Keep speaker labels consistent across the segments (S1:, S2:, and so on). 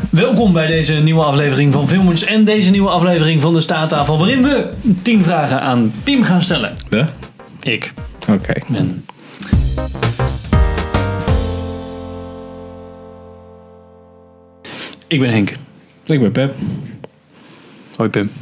S1: Welkom bij deze nieuwe aflevering van Filmers en deze nieuwe aflevering van de Staattafel, waarin we 10 vragen aan Pim gaan stellen.
S2: De?
S1: Ik.
S2: Oké.
S1: En... Ik ben Henk.
S2: Ik ben Pim.
S1: Hoi Pim.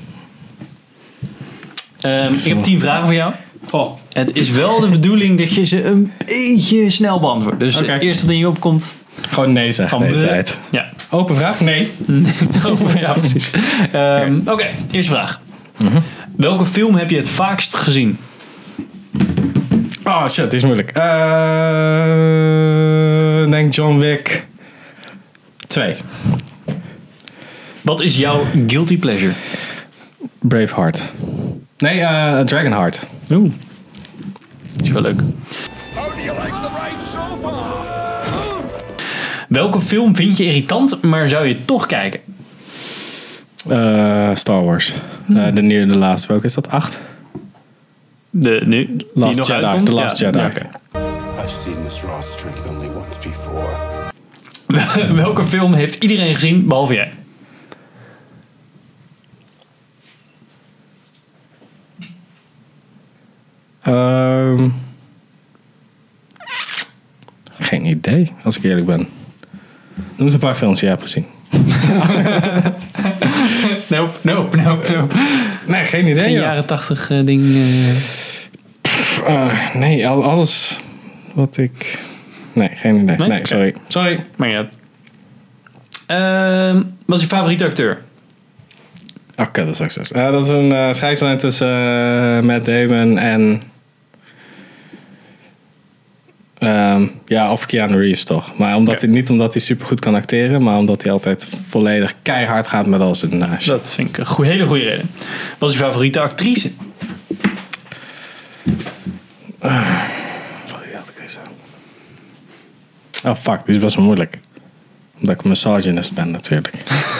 S1: Ik heb 10 vragen voor jou.
S2: Oh.
S1: Het is wel de bedoeling dat je ze een beetje snel beantwoordt. Dus het eerste dat in je opkomt...
S2: Gewoon nee zeggen de hele tijd.
S1: Ja.
S2: Open vraag? Nee.
S1: Ja, precies. Oké, eerste vraag. Welke film heb je het vaakst gezien?
S2: Oh shit, dit is moeilijk. Denk John Wick 2.
S1: Wat is jouw guilty pleasure?
S2: Braveheart. Nee, Dragonheart.
S1: Oeh. Is wel leuk. Welke film vind je irritant, maar zou je toch kijken?
S2: Star Wars. De laatste. Welke is dat? 8?
S1: Nu?
S2: Last Jedi. The Last Jedi.
S1: Ja, okay.
S3: I've seen this raw strength only once before.
S1: Welke film heeft iedereen gezien, behalve jij?
S2: Geen idee, als ik eerlijk ben. Noem eens een paar films die je hebt gezien.
S1: Nope.
S2: Nee, geen idee.
S1: Geen jaren 80 ding.
S2: Nee, alles wat ik... Nee, geen idee. Nee,
S1: Okay.
S2: Sorry.
S1: Maar ja. Wat is je favoriete acteur?
S2: Oké, dat is ook zo. Dat is een scheidslijn tussen Matt Damon en... of Keanu Reeves toch. Maar niet omdat hij supergoed kan acteren, maar omdat hij altijd volledig keihard gaat met al zijn shit.
S1: Dat vind ik een hele goede reden. Wat is je favoriete actrice?
S2: Wat had ik deze? Oh fuck, dit is best wel moeilijk. Omdat ik een misogynist ben natuurlijk.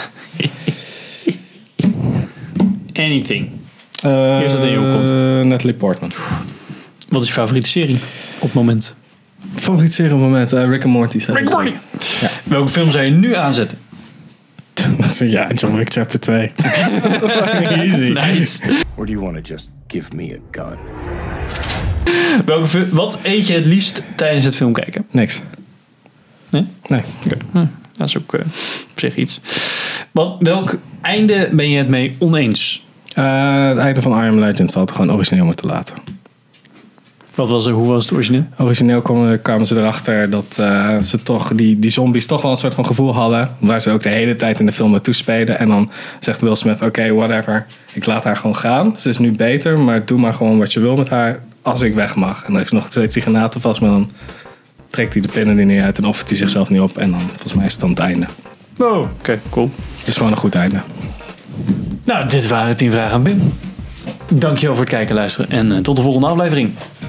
S1: Anything. Eerst dat in je opkomt.
S2: Natalie Portman.
S1: Wat is je favoriete serie op het moment?
S2: Favoriet serie op het moment? Rick and Morty.
S1: Rick and Morty.
S2: Ja.
S1: Welke film zou je nu aanzetten?
S2: Ja, John Wick Chapter 2. Easy.
S1: Nice.
S3: Or do you want to just give me a gun?
S1: Wat eet je het liefst tijdens het film kijken?
S2: Niks.
S1: Nee?
S2: Nee.
S1: Okay. Dat is ook op zich iets. Welk einde ben je het mee oneens?
S2: Het einde van I Am Legend had het gewoon origineel moeten laten.
S1: Hoe was het origineel?
S2: Origineel kwamen ze erachter dat ze toch die zombies toch wel een soort van gevoel hadden. Waar ze ook de hele tijd in de film naartoe spelen. En dan zegt Will Smith, oké, whatever. Ik laat haar gewoon gaan. Ze is nu beter, maar doe maar gewoon wat je wil met haar. Als ik weg mag. En dan heeft hij nog steeds die granaten vast. Maar dan trekt hij de pinnen er niet uit. En offert hij zichzelf niet op. En dan, volgens mij is het dan het einde.
S1: Oh, oké, cool.
S2: Het is gewoon een goed einde.
S1: Nou, dit waren 10 vragen aan Pim. Dankjewel voor het kijken en luisteren. En tot de volgende aflevering.